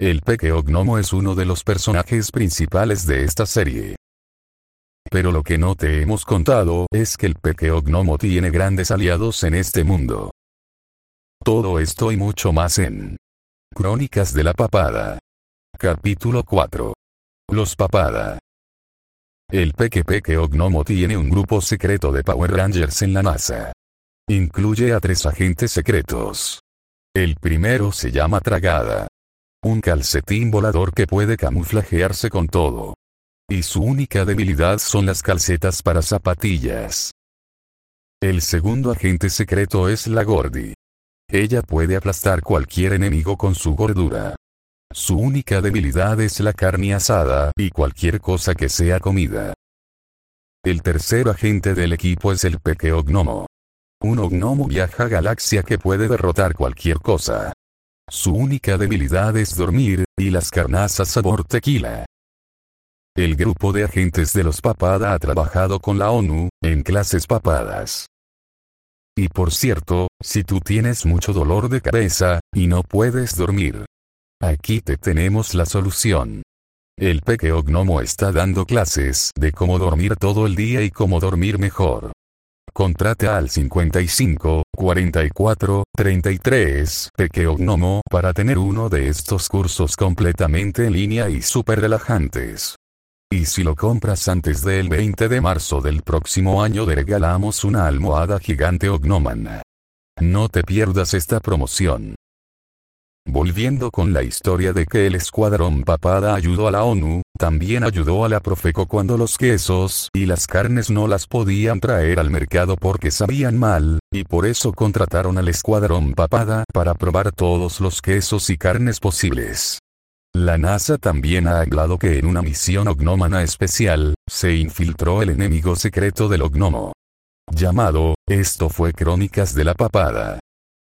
El pequeño gnomo es uno de los personajes principales de esta serie. Pero lo que no te hemos contado es que el pequeño gnomo tiene grandes aliados en este mundo. Todo esto y mucho más en Crónicas de la Papada. Capítulo 4. Los Papada. El pequeño gnomo tiene un grupo secreto de Power Rangers en la NASA. Incluye a 3 agentes secretos. El primero se llama Tragada. Un calcetín volador que puede camuflajearse con todo. Y su única debilidad son las calcetas para zapatillas. El segundo agente secreto es la Gordy. Ella puede aplastar cualquier enemigo con su gordura. Su única debilidad es la carne asada y cualquier cosa que sea comida. El tercer agente del equipo es el pequeño gnomo. Un gnomo viaja galaxia que puede derrotar cualquier cosa. Su única debilidad es dormir, y las carnazas sabor tequila. El grupo de agentes de los Papada ha trabajado con la ONU, en clases papadas. Y por cierto, si tú tienes mucho dolor de cabeza, y no puedes dormir, aquí te tenemos la solución. El pequeño gnomo está dando clases de cómo dormir todo el día y cómo dormir mejor. Contrata al 55 44 33 pequeño gnomo para tener uno de estos cursos completamente en línea y súper relajantes. Y si lo compras antes del 20 de marzo del próximo año te regalamos una almohada gigante Ognomana. No te pierdas esta promoción. Volviendo con la historia de que el escuadrón Papada ayudó a la ONU, también ayudó a la Profeco cuando los quesos y las carnes no las podían traer al mercado porque sabían mal, y por eso contrataron al escuadrón Papada para probar todos los quesos y carnes posibles. La NASA también ha hablado que en una misión Ognomana especial, se infiltró el enemigo secreto del Ognomo. Llamado, esto fue Crónicas de la Papada.